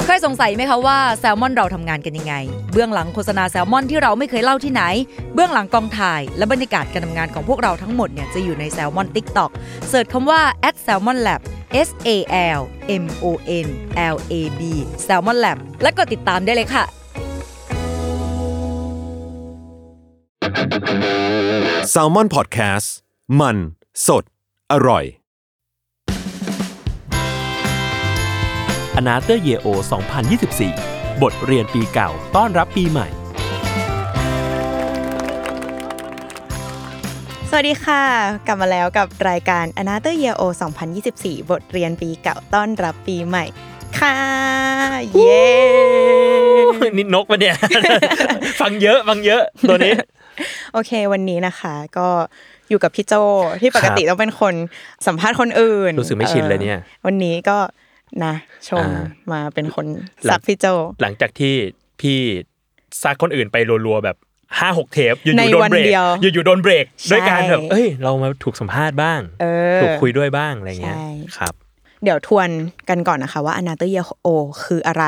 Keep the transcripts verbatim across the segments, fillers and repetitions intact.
เคยสงสัยไหมคะว่าแซลมอนเราทำงานกันยังไงเบื้องหลังโฆษณาแซลมอนที่เราไม่เคยเล่าที่ไหนเบื้องหลังกองถ่ายและบรรยากาศการทำงานของพวกเราทั้งหมดเนี่ยจะอยู่ใน Salmon TikTok เสิร์ชคำว่า แอท แซลมอน แลบ S A L M O N L A B Salmon Lab และกดติดตามได้เลยค่ะ Salmon Podcast มันสดอร่อย Another Year O สองพันยี่สิบสี่ บทเรียนปีเก่าต้อนรับปีใหม่สวัสดีค่ะกลับมาแล้วกับรายการ Another Year O สองพันยี่สิบสี่ บทเรียนปีเก่าต้อนรับปีใหม่ค่ะเย้นิดนกปะเนี่ย ฟังเยอะฟังเยอะตัวนี้โอเควันนี้นะคะก็อยู่กับพี่โจที่ปกติต้องเป็นคนสัมภาษณ์คนอื่นรู้สึกไม่ชินเลยเนี่ยวันนี้ก็นะชมมาเป็นคนซักพี่โจหลังจากที่พี่ซักคนอื่นไปรัวๆแบบ ห้าหก เทปอยู่ๆโดนเบรกอยู่ๆโดนเบรกด้วยการแบบเอ้ยเรามาถูกสัมภาษณ์บ้างถูกคุยด้วยบ้างอะไรเงี้ยครับเดี๋ยวทวนกันก่อนนะคะว่า Another Year O คืออะไร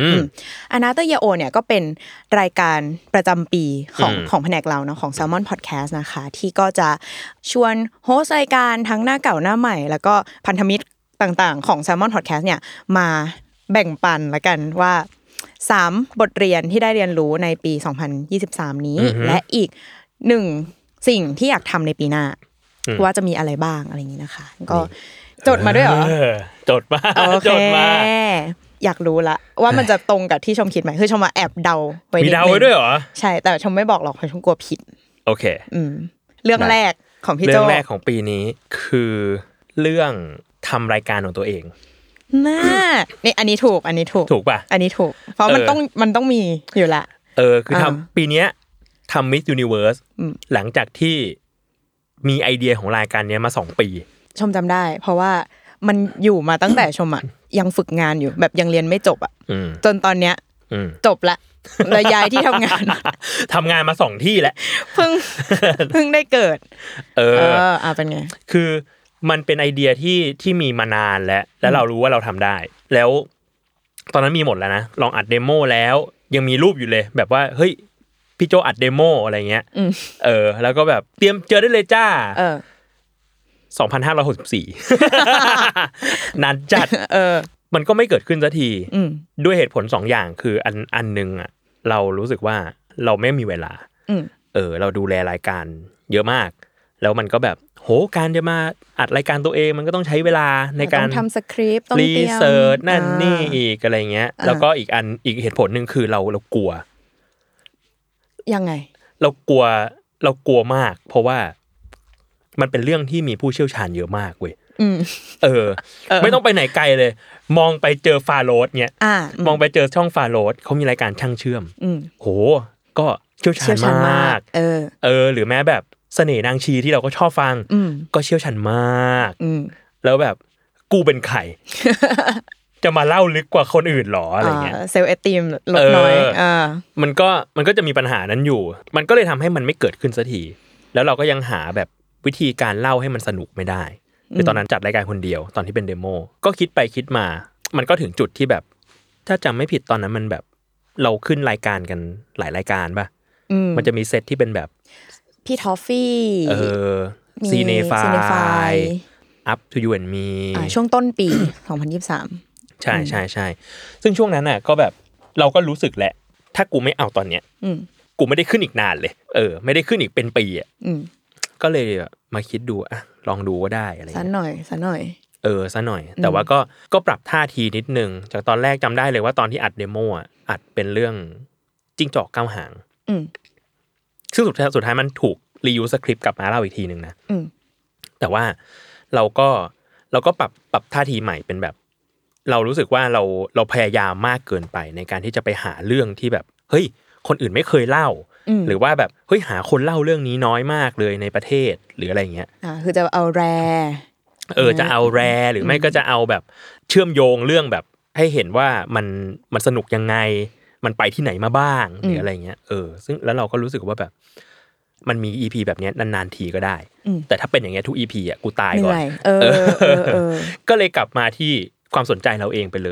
Another Year O เนี่ยก็เป็นรายการประจำปีของของแผนกเราเนาะของ Salmon Podcast นะคะที่ก็จะชวนโฮสต์รายการทั้งหน้าเก่าหน้าใหม่แล้วก็พันธมิตรต่างๆของ Salmon Podcast เนี่ยมาแบ่งปันละกันว่าสามบทเรียนที่ได้เรียนรู้ในปีสองพันยี่สิบสามนี้และอีกหนึ่งสิ่งที่อยากทำในปีหน้าว่าจะมีอะไรบ้างอะไรอย่างนี้นะคะก็จดมาด้วยเหรอจดมาจดมาอยากรู้ละว่ามันจะตรงกับที่ชมคิดไหมคือชมมาแอบเดาไว้นิดนึงมีเดาไว้ด้วยเหรอใช่แต่ชมไม่บอกหรอกเพราะชมกลัวผิดโอเคอืมเรื่องแรกของพี่โจเรื่องแรกของปีนี้คือเรื่องทำรายการของตัวเองน่านี่อันนี้ถูกอันนี้ถูกถูกป่ะอันนี้ถูกเพราะมันต้องมันต้องมีอยู่ละเออคือทำปีนี้ทำ Miss Universe หลังจากที่มีไอเดียของรายการนี้มาสองปีชมจำได้เพราะว่ามันอยู่มาตั้งแต่ชมอ่ะยังฝึกงานอยู่แบบยังเรียนไม่จบอ่ะจนตอนเนี้ยจบละแล้วย้ายที่ทำงานทำงานมาสองที่แล้วเพิ่งเพิ่งได้เกิดเอออ่ะเป็นไงคือมันเป็นไอเดียที่ที่มีมานานแล้วแล้วเรารู้ว่าเราทำได้แล้วตอนนั้นมีหมดแล้วนะลองอัดเดโมแล้วยังมีรูปอยู่เลยแบบว่าเฮ้ยพี่โจอัดเดโมอะไรเงี้ยเออแล้วก็แบบเตรียมเจอได้เลยจ้าเออสองพันห้าร้อยหกสิบสี่นานจัดเออมันก็ไม่เกิดขึ้นสักทีด้วยเหตุผลสองอย่างคืออันอันนึงอ่ะเรารู้สึกว่าเราไม่มีเวลาเออเราดูแลรายการเยอะมากแล้วมันก็แบบโหการจะมาอัดรายการตัวเองมันก็ต้องใช้เวลาในการต้องทำสคริปต์ต้องรีเสิร์ชนั่นนี่อีกอะไรเงี้ยแล้วก็อีกอันอีกเหตุผลนึงคือเราเรากลัวยังไงเรากลัวเรากลัวมากเพราะว่ามันเป็นเรื่องที่มีผู้เชี่ยวชาญเยอะมากเว้ยเออไม่ต้องไปไหนไกลเลยมองไปเจอฟาโรสเงี้ยมองไปเจอช่องฟาโรสเขามีรายการช่างเชื่อมโหก็เชี่ยวชาญมากเออเออหรือแม้แบบเสน่ห์นางชีที่เราก็ชอบฟังก็เชี่ยวชาญมากแล้วแบบกูเป็นใครจะมาเล่าลึกกว่าคนอื่นหรออะไรเงี้ยเซลล์เอสตีมลดน้อยอ่ามันก็มันก็จะมีปัญหานั้นอยู่มันก็เลยทำให้มันไม่เกิดขึ้นสักทีแล้วเราก็ยังหาแบบวิธีการเล่าให้มันสนุกไม่ได้คือตอนนั้นจัดรายการคนเดียวตอนที่เป็นเดโมก็คิดไปคิดมามันก็ถึงจุดที่แบบถ้าจำไม่ผิดตอนนั้นมันแบบเราขึ้นรายการกันหลายรายการป่ะมันจะมีเซตที่เป็นแบบพี่ทอฟฟี่เออซีเนฟายอัพทูยูแอนด์มีช่วงต้นปีสองพันยี่สิบสามใช่ๆๆซึ่งช่วงนั้นน่ะก็แบบเราก็รู้สึกแหละถ้ากูไม่เอาตอนเนี้ยกูไม่ได้ขึ้นอีกนานเลยเออไม่ได้ขึ้นอีกเป็นปีอ่ะก็เลยมาคิดดูอ่ะลองดูก็ได้อะไรสักหน่อยสักหน่อยเออสักหน่อยแต่ว่าก็ก็ปรับท่าทีนิดนึงจากตอนแรกจำได้เลยว่าตอนที่อัดเดโมอ่ะอัดเป็นเรื่องจิ้งจอกเก้าหางซึ่งสุดท้ายสุดท้ายมันถูกรียูสคริปต์กลับมาเล่าอีกทีนึงนะแต่ว่าเราก็เราก็ปรับปรับท่าทีใหม่เป็นแบบเรารู้สึกว่าเราเราพยายามมากเกินไปในการที่จะไปหาเรื่องที่แบบเฮ้ยคนอื่นไม่เคยเล่าหรือว่าแบบเฮ้ยหาคนเล่าเรื่องนี้น้อยมากเลยในประเทศหรืออะไรเงี้ยอ่าคือจะเอาแรเออจะเอาแรหรือไม่ก็จะเอาแบบเชื่อมโยงเรื่องแบบให้เห็นว่ามันมันสนุกยังไงมันไปที่ไหนมาบ้างหรืออะไรเงี้ยเออซึ่งแล้วเราก็รู้สึกว่าแบบมันมี อี พี แบบนี้นานๆทีก็ได้แต่ถ้าเป็นอย่างเงี้ยทุก อี พี อ่ะกูตายก่อนเออๆๆก็เลยกลับมาที่ความสนใจเราเองไปเลย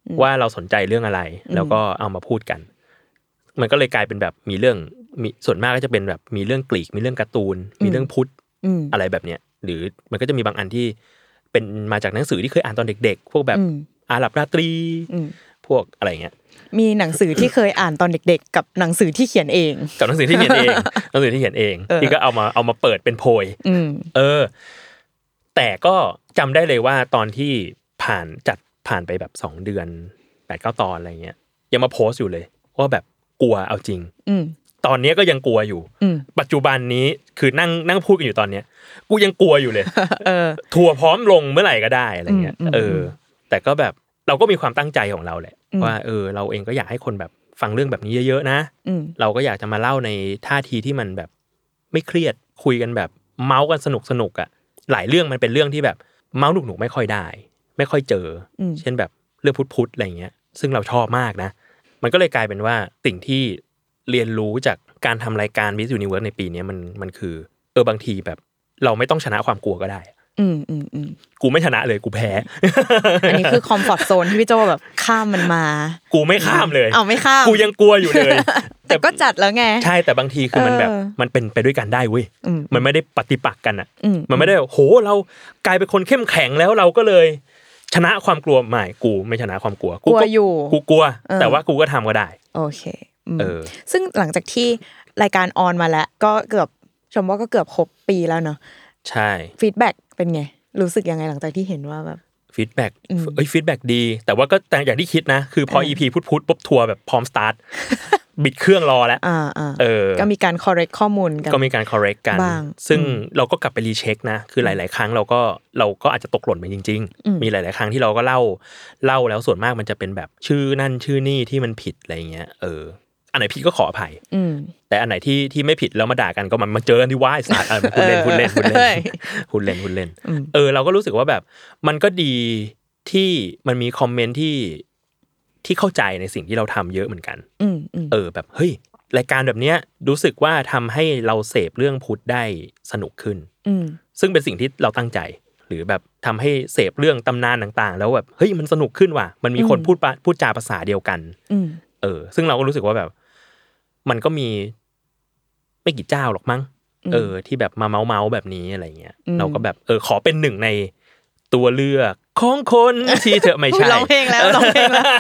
ว่าเราสนใจเรื่องอะไรแล้วก็เอามาพูดกันมันก็เลยกลายเป็นแบบมีเรื่องมีส่วนมากก็จะเป็นแบบมีเรื่องกรีกมีเรื่องการ์ตูนมีเรื่องพุทธอะไรแบบเนี้ยหรือมันก็จะมีบางอันที่เป็นมาจากหนังสือที่เคยอ่านตอนเด็กๆพวกแบบอาหรับราตรีพวกอะไรเงี้ยมีหนังสือที่เคยอ่านตอนเด็กๆกับหนังสือที่เขียนเองกับหนังสือที่เขียนเองหนังสือที่เขียนเองที่ก็เอามาเอามาเปิดเป็นโพยเออแต่ก็จำได้เลยว่าตอนที่ผ่านจัดผ่านไปแบบสองเดือน แปดเก้า ตอนอะไรเงี้ยยังมาโพสต์อยู่เลยว่าแบบกลัวเอาจริงตอนนี้ก็ยังกลัวอยู่ปัจจุบันนี้คือนั่งนั่งพูดกันอยู่ตอนเนี้ยกูยังกลัวอยู่เลยเออทัวร์พร้อมลงเมื่อไหร่ก็ได้อะไรเงี้ยเออแต่ก็แบบเราก็มีความตั้งใจของเราแหละว่าเออเราเองก็อยากให้คนแบบฟังเรื่องแบบนี้เยอะๆนะเราก็อยากจะมาเล่าในท่าทีที่มันแบบไม่เครียดคุยกันแบบเมาส์กันสนุกๆอ่ะหลายเรื่องมันเป็นเรื่องที่แบบเมาส์หนุกๆไม่ค่อยได้ไม่ค่อยเจอเช่นแบบเรื่องพุทธๆอะไรเงี้ยซึ่งเราชอบมากนะมันก็เลยกลายเป็นว่าสิ่งที่เรียนรู้จากการทำรายการ Miss Universe ในปีนี้มันมันคือเออบางทีแบบเราไม่ต้องชนะความกลัวก็ได้อืมอืมอืมกูไม่ชนะเลยกูแพ้อันนี้คือคอมฟอร์ตโซนที่พี่โจแบบข้ามมันมากูไม่ข้ามเลยอ้าวไม่ข้ามกูยังกลัวอยู่เลยแต่ก็จัดแล้วไงใช่แต่บางทีคือมันแบบมันเป็นไปด้วยกันได้เว้ยมันไม่ได้ปฏิปักษ์กันอ่ะมันไม่ได้โหเรากลายเป็นคนเข้มแข็งแล้วเราก็เลยชนะความกลัวไม่กูไม่ชนะความกลัวกูก็อยู่กูกลัวแต่ว่ากูก็ทำก็ได้โอเคเออซึ่งหลังจากที่รายการออนมาแล้วก็เกือบชมว่าก็เกือบครบปีแล้วเนาะใช่ฟีดแบ็กเป็นไงรู้สึกยังไงหลังจากที่เห็นว่าแบบฟีดแบ็กเอ้ยฟีดแบ็กดีแต่ว่าก็แต่อย่างที่คิดนะคือพอ อี พี พุทธๆปุ๊บทัวร์แบบพร้อมสตาร์ทบิดเครื่องรอแล้วเออก็มีการ correct ข้อมูลกันก็มีการ correct กันซึ่งเราก็กลับไปรีเช็คนะคือหลายๆครั้งเราก็เราก็อาจจะตกหล่นไปจริงๆมีหลายๆครั้งที่เราก็เล่าเล่าแล้วส่วนมากมันจะเป็นแบบชื่อนั่นชื่อนี่ที่มันผิดอะไรเงี้ยเอออันไหนผิดก็ขออภัยแต่อันไหนที่ที่ไม่ผิดแล้วมาด่ากันก็มันมาเจอกันที่ว่าไอ้สัตว์พูดเล่นพูดเล่นพูดเล่นพูดเล่นพูดเล่นเออเราก็รู้สึกว่าแบบมันก็ดีที่มันมีคอมเมนต์ที่ที่เข้าใจในสิ่งที่เราทำเยอะเหมือนกันเออแบบเฮ้ยรายการแบบเนี้ยรู้สึกว่าทำให้เราเสพเรื่องพุทธได้สนุกขึ้นซึ่งเป็นสิ่งที่เราตั้งใจหรือแบบทำให้เสพเรื่องตำนานต่างๆแล้วแบบเฮ้ยมันสนุกขึ้นว่ะมันมีคนพูดพูดจาภาษาเดียวกันเออซึ่งเราก็รู้สึกว่าแบบมันก็มีไม่กี่เจ้าหรอกมั้งเออที่แบบมาเมาเมาแบบนี้อะไรเงี้ยเราก็แบบเออขอเป็นหนึ่งในตัวเลือกของคนที่เธอไม่ใช่ร้องเพลงแล้วร้องเพลงแล้ว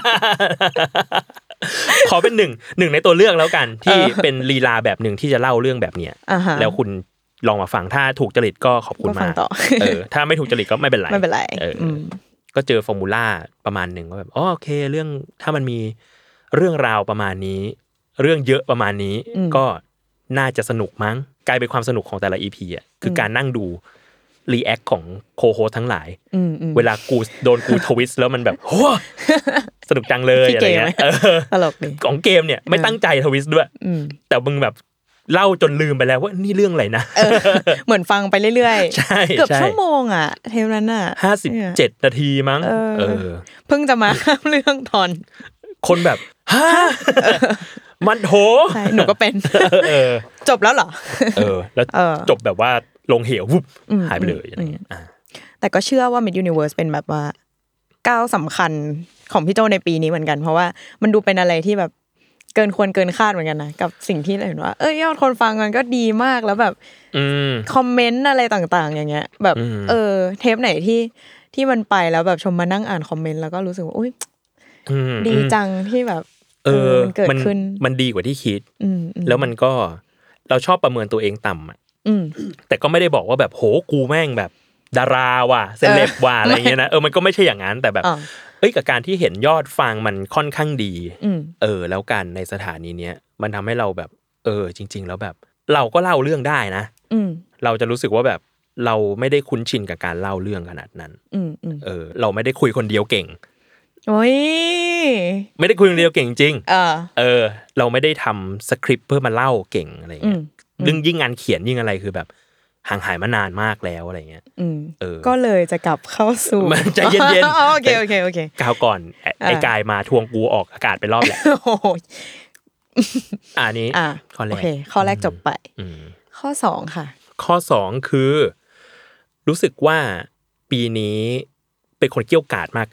ขอเป็นหนึ่งหนึ่งในตัวเลือกแล้วกันที่เป็นลีลาแบบหนึ่งที่จะเล่าเรื่องแบบเนี้ยแล้วคุณลองมาฟังถ้าถูกจริตก็ขอบคุณมากเออถ้าไม่ถูกจริตก็ไม่เป็นไรไม่เป็นไรเออก็เจอฟอร์มูล่าประมาณหนึ่งว่าแบบอ๋อโอเคเรื่องถ้ามันมีเรื่องราวประมาณนี้เรื่องเยอะประมาณนี้ก็น่าจะสนุกมั้งกลายเป็นความสนุกของแต่ละ อี พี อ่ะคือการนั่งดูรีแอคของโคโฮสทั้งหลายเวลากูโดนกูทวิสต์แล้วมันแบบโหสนุกจังเลยอะไรเงี้ยตลกดีของเกมเนี่ยไม่ตั้งใจทวิสต์ด้วยแต่มึงแบบเล่าจนลืมไปแล้วว่านี่เรื่องอะไรนะเหมือนฟังไปเรื่อยๆใช่เกือบชั่วโมงอ่ะเทปนั้นอ่ะห้าสิบเจ็ดนาทีมั้งเออเพิ่งจะมาเรื่องตอนคนแบบฮะมันโหใช่หนูก็เป็นจบแล้วเหรอเออแล้วจบแบบว่าลงเหววุบหายไปเลยอะไรเงี้ยแต่ก็เชื่อว่า Miss Universe เป็นแบบว่าก้าวสำคัญของพี่โจในปีนี้เหมือนกันเพราะว่ามันดูเป็นอะไรที่แบบเกินควรเกินคาดเหมือนกันนะกับสิ่งที่เห็นว่าเอ้ยยอดคนฟังมันก็ดีมากแล้วแบบคอมเมนต์อะไรต่างๆอย่างเงี้ยแบบเออเทปไหนที่ที่มันไปแล้วแบบชมมานั่งอ่านคอมเมนต์แล้วก็รู้สึกว่าอุ้ยดีจังที่แบบเออมันเกิดขึ้นมันดีกว่าที่คิดแล้วมันก็เราชอบประเมินตัวเองต่ำอ่ะแต่ก็ไม่ได้บอกว่าแบบโหกูแม่งแบบดาราว่ะเซเลบว่ะอะไรเงี้ยนะเออมันก็ไม่ใช่อย่างนั้นแต่แบบเอ้ยกับการที่เห็นยอดฟังมันค่อนข้างดีเออแล้วกันในสถานีเนี้ยมันทำให้เราแบบเออจริงๆแล้วแบบเราก็เล่าเรื่องได้นะเราจะรู้สึกว่าแบบเราไม่ได้คุ้นชินกับการเล่าเรื่องขนาดนั้นเออเราไม่ได้คุยคนเดียวเก่งโอ้ยไม่ได้คุยคนเดียวเก่งจริงเออเราไม่ได้ทำสคริปต์เพื่อมาเล่าเก่งอะไรเงี้ยเรื่องยิ่งงานเขียนยิ่งอะไรคือแบบห่างหายมานานมากแล้วอะไรเงี้ยเออก็เลยจะกลับเข้าสู่ใจเย็นๆโอเคโอเคโอเคกาวก่อนไอ้กายมาทวงกูออกอากาศไปรอบแหละอ่านี้ข้อแรกโอเคข้อแรกจบไปข้อสองค่ะข้อสองคือรู้สึกว่าปีนี้เป็นคนเกี้ยวกาดมากขึ้น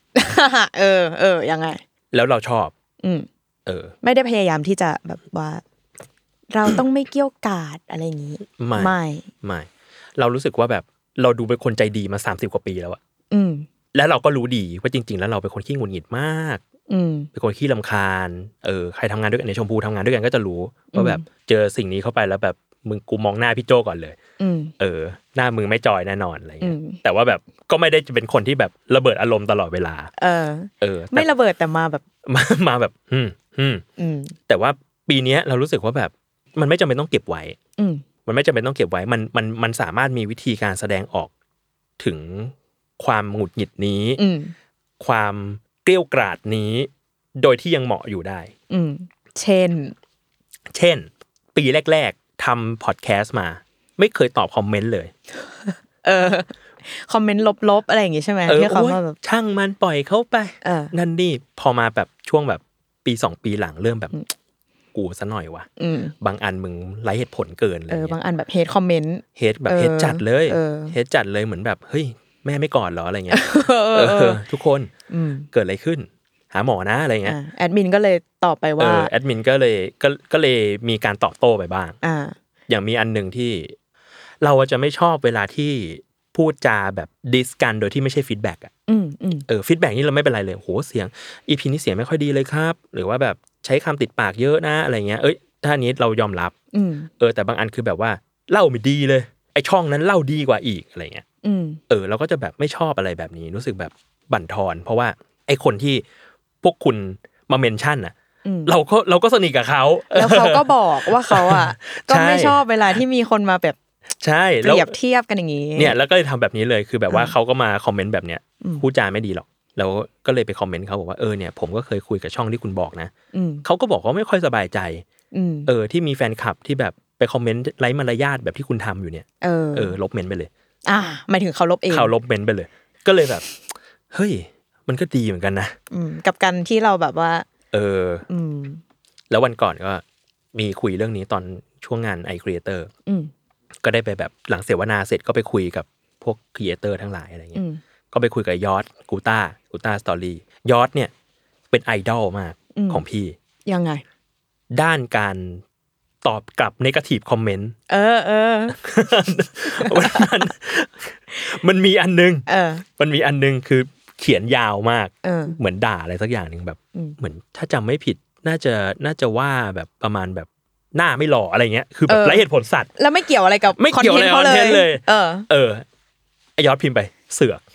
เออเออยังไงแล้วเราชอบอืมเออไม่ได้พยายามที่จะแบบว่าเราต้องไม่เกี่ยวกาดอะไรอย่างนี้ไม่ไม่ไม่เรารู้สึกว่าแบบเราดูเป็นคนใจดีมาสามสิบกว่าปีแล้วอะอืมแล้วเราก็รู้ดีว่าจริงๆแล้วเราเป็นคนขี้หงุดหงิดมากอืมเป็นคนขี้รำคาญเออใครทำงานด้วยกันในชมพูทำงานด้วยกันก็จะรู้ว่าแบบเจอสิ่งนี้เข้าไปแล้วแบบมึงกูมองหน้าพี่โจก่อนเลยเออหน้ามึงไม่จอยแน่นอนอะไรเงี้ยแต่ว่าแบบก็ไม่ได้จะเป็นคนที่แบบระเบิดอารมณ์ตลอดเวลาเออเออไม่ระเบิดแต่มาแบบมามาแบบอืมอืมแต่ว่าปีนี้เรารู้สึกว่าแบบมันไม่จำเป็นต้องเก็บไว้มันไม่จำเป็นต้องเก็บไว้มันมันมันสามารถมีวิธีการแสดงออกถึงความหงุดหงิดนี้ความเกรี้ยวกราดนี้โดยที่ยังเหมาะอยู่ได้เช่นเช่นปีแรกๆทำพอดแคสต์มาไม่เคยตอบคอมเมนต์เลยเออคอมเมนต์ลบๆอะไรอย่างงี้ใช่ไหมที่เขาแบบช่างมันปล่อยเขาไปนั่นนี่พอมาแบบช่วงแบบปีสองปีหลังเริ่มแบบกูซะหน่อยวะบางอันมึงไร้เหตุผลเกินเลยเออบางอันแบบเฮดคอมเมนต์เฮดแบบเฮดจัดเลยเฮดจัดเลยเหมือนแบบเฮ้ยแม่ไม่กอดเหรออะไรเงี้ยทุกคนเกิดอะไรขึ้นหาหมอนะอะไรเงี้ยแอดมินก็เลยตอบไปว่าแอดมินก็เลยก็ก็เลยมีการตอบโต้ไปบ้างอย่างมีอันหนึ่งที่เราจะไม่ชอบเวลาที่พูดจาแบบดิสกันโดยที่ไม่ใช่ฟีดแบ็กอ่ะเออฟีดแบ็กนี่เราไม่เป็นไรเลยโหเสียงอีพีนี้เสียงไม่ค่อยดีเลยครับหรือว่าแบบใช้คำติดปากเยอะนะอะไรเงี้ยเอ้ยถ้านี้เรายอมรับเออแต่บางอันคือแบบว่าเล่าไม่ดีเลยไอช่องนั้นเล่าดีกว่าอีกอะไรเงี้ยเออเราก็จะแบบไม่ชอบอะไรแบบนี้รู้สึกแบบบั่นทอนเพราะว่าไอคนที่พวกคุณมาเมนชั่นอ่ะเราก็เราก็สนิทกับเขาแล้วเขาก็บอกว่าเขาอ่ะก็ไม่ชอบเวลาที่มีคนมาแบบใช่เปรียบเทียบกันอย่างนี้เนี่ยแล้วก็เลยทำแบบนี้เลยคือแบบว่าเขาก็มาคอมเมนต์แบบเนี้ยพูดจาไม่ดีหรอกแล้วก็เลยไปคอมเมนต์เขาบอกว่าเออเนี่ยผมก็เคยคุยกับช่องที่คุณบอกนะเขาก็บอกว่าไม่ค่อยสบายใจเออที่มีแฟนคลับที่แบบไปคอมเมนต์ไร้มารยาทแบบที่คุณทำอยู่เนี่ยเออเออลบเมนต์ไปเลยอ่าหมายถึงเขาลบเองเขาลบเมนต์ไปเลยก็เลยแบบเฮ้ยมันก็ดีเหมือนกันนะกับการที่เราแบบว่าเออแล้ววันก่อนก็มีคุยเรื่องนี้ตอนช่วงงาน ไอ Creator ก็ได้ไปแบบหลังเสวนาเสร็จก็ไปคุยกับพวกครีเอเตอร์ทั้งหลายอะไรเงี้ยก็ไปคุยกับยอดกูต้ากูต้าสตอรี่ยอดเนี่ยเป็นไอดอลมากของพี่ยังไงด้านการตอบกลับเนกาทีฟคอมเมนต์เออเออมันมันมีอันนึงมันมีอันนึงคือเขียนยาวมากเหมือนด่าอะไรสักอย่างนึงแบบเหมือนถ้าจำไม่ผิดน่าจะน่าจะว่าแบบประมาณแบบหน้าไม่หล่ออะไรเงี้ยคือแบบไร้เหตุผลสัตว์แล้วไม่เกี่ยวอะไรกับไม่เกี่ยวอะไรกับคอนเทนต์เลยเออเออไอยอดพิมพ์ไปเสือก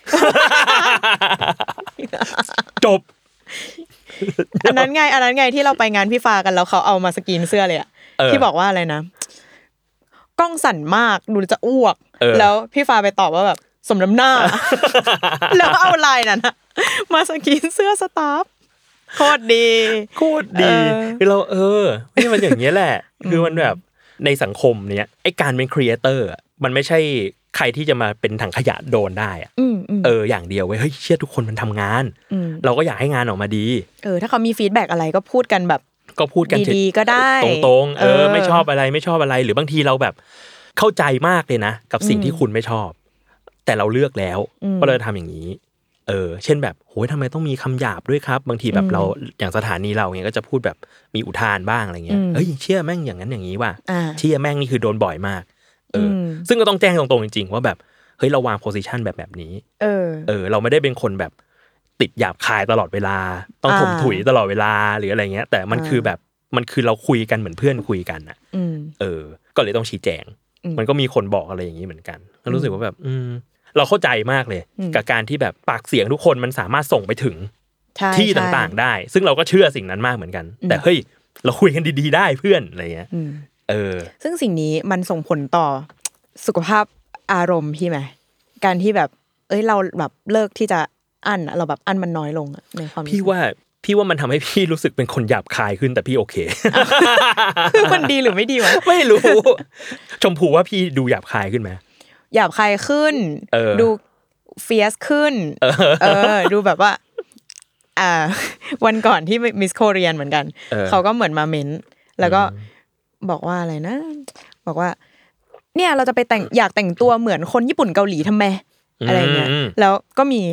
จบอันนั้นไงอันนั้นไงที่เราไปงานพี่ฟ้ากันแล้วเขาเอามาสกรีนเสื้อเลยอ่ะที่บอกว่าอะไรนะกล้องสั่นมากดูจะอ้วกแล้วพี่ฟ้าไปตอบว่าแบบสมน้ำหน้าแล้วเอาลายนั้นมาสกรีนเสื้อสตาฟโคตรดีโคตรดีคือเราเออนี่มันอย่างเงี้ยแหละคือมันแบบในสังคมเนี้ยไอ้การเป็นครีเอเตอร์มันไม่ใช่ใครที่จะมาเป็นถังขยะโดนได้อ่ะเอออย่างเดียวเว้ยเฮ้ยเชื่อทุกคนมันทำงานเราก็อยากให้งานออกมาดีเออถ้าเขามีฟีดแบ็กอะไรก็พูดกันแบบก็พูดกันดีๆก็ได้ตรงๆเออไม่ชอบอะไรไม่ชอบอะไรหรือบางทีเราแบบเข้าใจมากเลยนะกับสิ่งที่คุณไม่ชอบแต่เราเลือกแล้วก็เลยทำอย่างนี้เออเช่นแบบโหยทำไมต้องมีคำหยาบด้วยครับบางทีแบบเราอย่างสถานีเราเงี้ยก็จะพูดแบบมีอุทานบ้างอะไรเงี้ยเฮ้ยเชื่อแม่งอย่างนั้นอย่างนี้ว่ะเชื่อแม่งนี่คือโดนบ่อยมากเออซึ่งก็ต้องแจ้งตรงๆจริงๆว่าแบบเฮ้ยเราวางโพสิชันแบบแบบนี้เออเออเราไม่ได้เป็นคนแบบติดหยาบคายตลอดเวลาต้องถมถุยตลอดเวลาหรืออะไรเงี้ยแต่มันคือแบบมันคือเราคุยกันเหมือนเพื่อนคุยกันอ่ะเออก็เลยต้องชี้แจงมันก็มีคนบอกอะไรอย่างนี้เหมือนกันก็รู้สึกว่าแบบอืมเราเข้าใจมากเลยกับการที่แบบปากเสียงทุกคนมันสามารถส่งไปถึงที่ต่างๆได้ซึ่งเราก็เชื่อสิ่งนั้นมากเหมือนกันแต่เฮ้ยเราคุยกันดีๆได้เพื่อนอะไรเงี้ยเออซึ่งสิ่งนี้มันส่งผลต่อสุขภาพอารมณ์พี่ไหมการที่แบบเอ้ยเราแบบเลิกที่จะอั้นเราแบบอั้นมันน้อยลงในความพี่ว่าพี่ว่ามันทำให้พี่รู้สึกเป็นคนหยาบคายขึ้นแต่พี่โอเคคือมันดีหรือไม่ดีวะไม่รู้ชมพูว่าพี่ดูหยาบคายขึ้นไหมหยาบคายขึ้นดูเฟียสขึ้นเออดูแบบว่าอ่าวันก่อนที่มิสโคเรียนเหมือนกันเขาก็เหมือนมาเม้นแล้วก็บอกว่าอะไรนะบอกว่าเนี่ยเราจะไปแต่งอยากแต่งตัวเหมือนคนญี่ปุ่นเกาหลีทำไมอะไรเงี้ยแล้วก็มี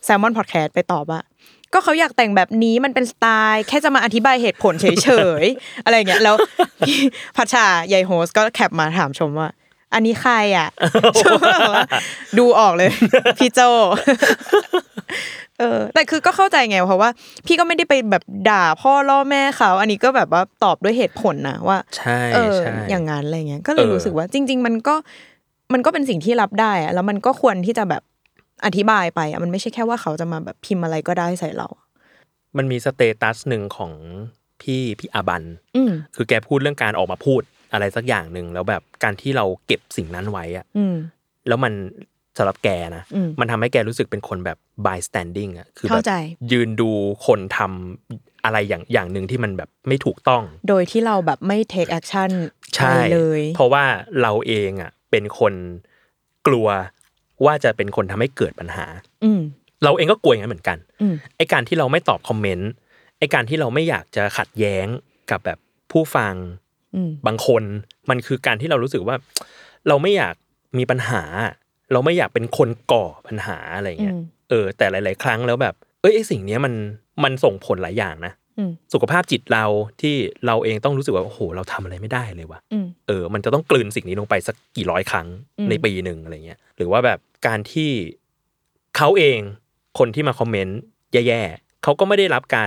Salmon Podcast ไปตอบว่าก็เขาอยากแต่งแบบนี้มันเป็นสไตล์แค่จะมาอธิบายเหตุผลเฉยๆ อะไรเงี้ยแล้วพัชชายายโฮสก็แคปมาถามชมว่าอันนี้ใครอ่ะ ดูออกเลยพี่โจเออแต่คือก็เข้าใจไงเพราะว่าพี่ก็ไม่ได้ไปแบบด่าพ่อล่อแม่เขาอันนี้ก็แบบว่าตอบด้วยเหตุผลนะว่าใช่ใช่อย่างงั้นอะไรเงี้ยก็เลยรู้สึกว่าจริงๆมันก็มันก็เป็นสิ่งที่รับได้อะแล้วมันก็ควรที่จะแบบอธิบายไปอ่ะมันไม่ใช่แค่ว่าเขาจะมาแบบพิมพ์อะไรก็ได้ใส่เรามันมีสเตตัสหนึ่งของพี่พี่อาบันคือแกพูดเรื่องการออกมาพูดอะไรสักอย่างนึงแล้วแบบการที่เราเก็บสิ่งนั้นไว้อ่ะแล้วมันสำหรับแกนะมันทำให้แกรู้สึกเป็นคนแบบ bystanding อ่ะคือแบบยืนดูคนทำอะไรอย่างอย่างนึงที่มันแบบไม่ถูกต้องโดยที่เราแบบไม่ take action ใช่เลยเพราะว่าเราเองอ่ะเป็นคนกลัวว่าจะเป็นคนทำให้เกิดปัญหาเราเองก็กลัวอย่างนั้นเหมือนกันไอ้การที่เราไม่ตอบคอมเมนต์ไอ้การที่เราไม่อยากจะขัดแย้งกับแบบผู้ฟังบางคนมันคือการที่เรารู้สึกว่าเราไม่อยากมีปัญหาเราไม่อยากเป็นคนก่อปัญหาอะไรเงี้ยเออแต่หลายๆครั้งแล้วแบบเอ้ยไอ้สิ่งนี้มันมันส่งผลหลายอย่างนะสุขภาพจิตเราที่เราเองต้องรู้สึกว่าโอ้โหเราทำอะไรไม่ได้เลยว่ะเออมันจะต้องกลืนสิ่งนี้ลงไปสักกี่ร้อยครั้งในปีนึงอะไรเงี้ยหรือว่าแบบการที่เขาเองคนที่มาคอมเมนต์แย่ๆเขาก็ไม่ได้รับการ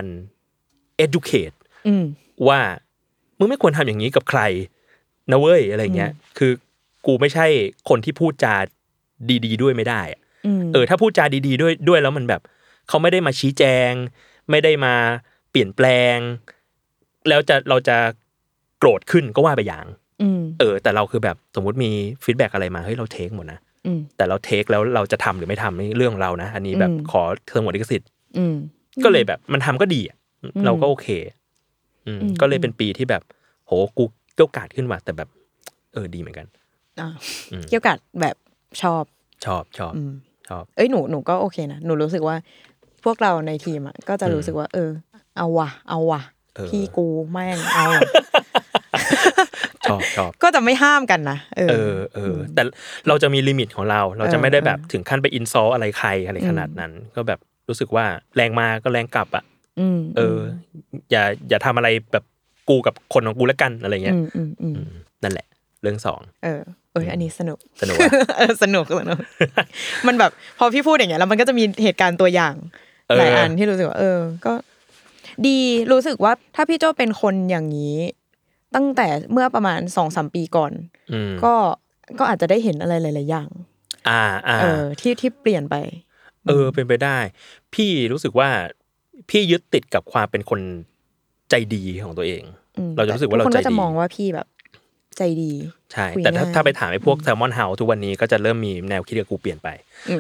educate ว่ามึงไม่ควรทำอย่างนี้กับใครนะเว้ยอะไรเงี้ยคือกูไม่ใช่คนที่พูดจาดีๆด้วยไม่ได้เออถ้าพูดจาดีๆด้วยด้วยแล้วมันแบบเขาไม่ได้มาชี้แจงไม่ได้มาเปลี่ยนแปลงแล้วจะเราจะโกรธขึ้นก็ว่าไปอย่างเออแต่เราคือแบบสมมุติมีฟีดแบ็กอะไรมาเฮ้ยเราเทคหมดนะแต่เราเทคแล้วเราจะทำหรือไม่ทำนี่เรื่องเรานะอันนี้แบบขอสงวนลิขสิทธิ์ก็เลยแบบมันทำก็ดีเราก็โอเคก็เลยเป็นปีที่แบบโหกูเกี่ยวกาดขึ้นว่ะแต่แบบเออดีเหมือนกันเกี่ยวกาดแบบชอบชอบชอบชอบเอ้ยหนูหนูก็โอเคนะหนูรู้สึกว่าพวกเราในทีมอ่ะก็จะรู้สึกว่าเออเอาว่ะเอาว่ะพี่กูแม่งเอาชอบชอบก็จะไม่ห้ามกันนะเออเออแต่เราจะมีลิมิตของเราเราจะไม่ได้แบบถึงขั้นไปอินซอลอะไรใครอะไรขนาดนั้นก็แบบรู้สึกว่าแรงมาก็แรงกลับอ่ะเอออย่าอย่าทำอะไรแบบกูกับคนของกูแล้วกันอะไรเงี้ยนั่นแหละเรื่องสองเออเอออันนี้สนุกสนุกเออสนุกสนุกมันแบบพอพี่พูดอย่างเงี้ยแล้วมันก็จะมีเหตุการณ์ตัวอย่างหลายอันที่รู้สึกว่าเออก็ดีรู้สึกว่าถ้าพี่โจ้เป็นคนอย่างนี้ตั้งแต่เมื่อประมาณ สองถึงสาม ปีก่อนก็ก็อาจจะได้เห็นอะไรหลายๆอย่างอ่าเออที่ที่เปลี่ยนไปเออเป็นไปได้พี่รู้สึกว่าพี่ยึดติดกับความเป็นคนใจดีของตัวเองเราจะรู้สึกว่าเราใจดีคนก็จะมองว่าพี่แบบใจดีใช่แต่ถ้าถ้าไปถามไอ้พวก Salmon House ทุกวันนี้ก็จะเริ่มมีแนวคิดกับกูเปลี่ยนไป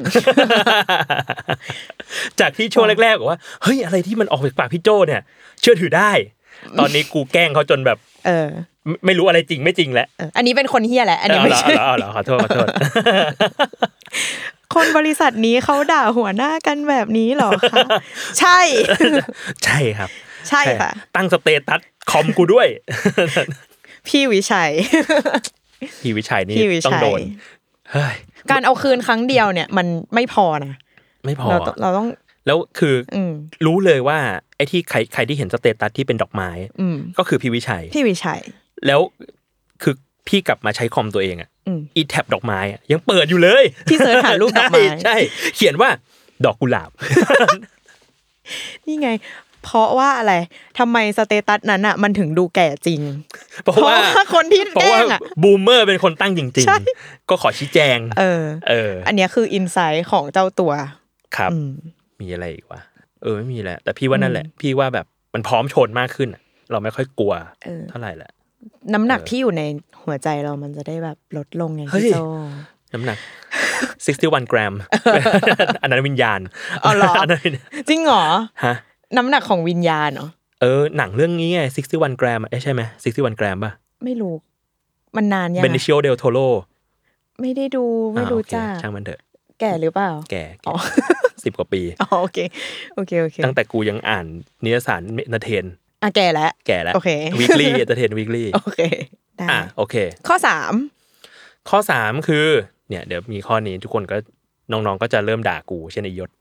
จากที่ช่วงแรกๆบอกว่าเฮ้ยอะไรที่มันออกจากปากพี่โจ้เนี่ยเชื่อถือได้ตอนนี้กูแกล้งเขาจนแบบเออไม่รู้อะไรจริงไม่จริงแล้วอันนี้เป็นคนเหี้ยแหละอันนี้ไม่ใช่อ๋อเหรอขอโทษขอโทษคนบริษัทนี้เขาด่าหัวหน้ากันแบบนี้หรอคะใช่ใช่ครับใช่ค่ะตั้งสเตตัสคอมกูด้วยพี่วิชัยพี่วิชัยนี่ต้องโดนเฮ้ยการเอาคืนครั้งเดียวเนี่ยมันไม่พอนะไม่พอเราเราต้องแล้วคือรู้เลยว่าไอ้ที่ใครใครที่เห็นสเตตัสที่เป็นดอกไม้ก็คือพี่วิชัยพี่วิชัยแล้วคือพี่กลับมาใช้คอมตัวเองอ่ะอีแท็บดอกไม้ยังเปิดอยู่เลยพี่เสิร์ชหารูปดอกไม้ใช่เขียนว่าดอกกุหลาบนี่ไงเพราะว่าอะไรทำไมสเตตัสนั้นอ่ะมันถึงดูแก่จริงเพราะว่าคนที่แกล้งอ่ะบูมเมอร์เป็นคนตั้งจริงๆก็ขอชี้แจงเออเอออันนี้คืออินไซต์ของเจ้าตัวครับมีอะไรอีกวะเออไม่มีแหละแต่พี่ว่านั่นแหละพี่ว่าแบบมันพร้อมชนมากขึ้นเราไม่ค่อยกลัวเท่าไหร่แหละน้ำหนักที่อยู่ในหัวใจเรามันจะได้แบบลดลงไงพี่โจน้ำหนักหกสิบเอ็ดกรัมอันนั้นวิญญาณอ๋อเหรอจริงเหรอฮะน้ำหนักของวิญญาณเหรอเออหนังเรื่องนี้ไงหกสิบเอ็ดกรัมใช่ไหมหกสิบเอ็ดกรัมป่ะไม่รู้มันนานยัง Benicio del Toro ไม่ได้ดูไม่รู้จ้าช่างมันเถอะแก่หรือเปล่าแก่อ๋อสิบกว่าปีอ๋อโอเคโอเคโอเคตั้งแต่กูยังอ่านนิตยสารเอนเตอร์เทนอ่ะแก่แล้วแก่แล้วโอเค weekly entertain weekly โอเคได้อ่ะโอเคข้อสามข้อสามคือเนี่ยเดี๋ยวมีข้อนี้ทุกคนก็น้องๆก็จะเริ่มด่ากูเช่นไอ้ยศ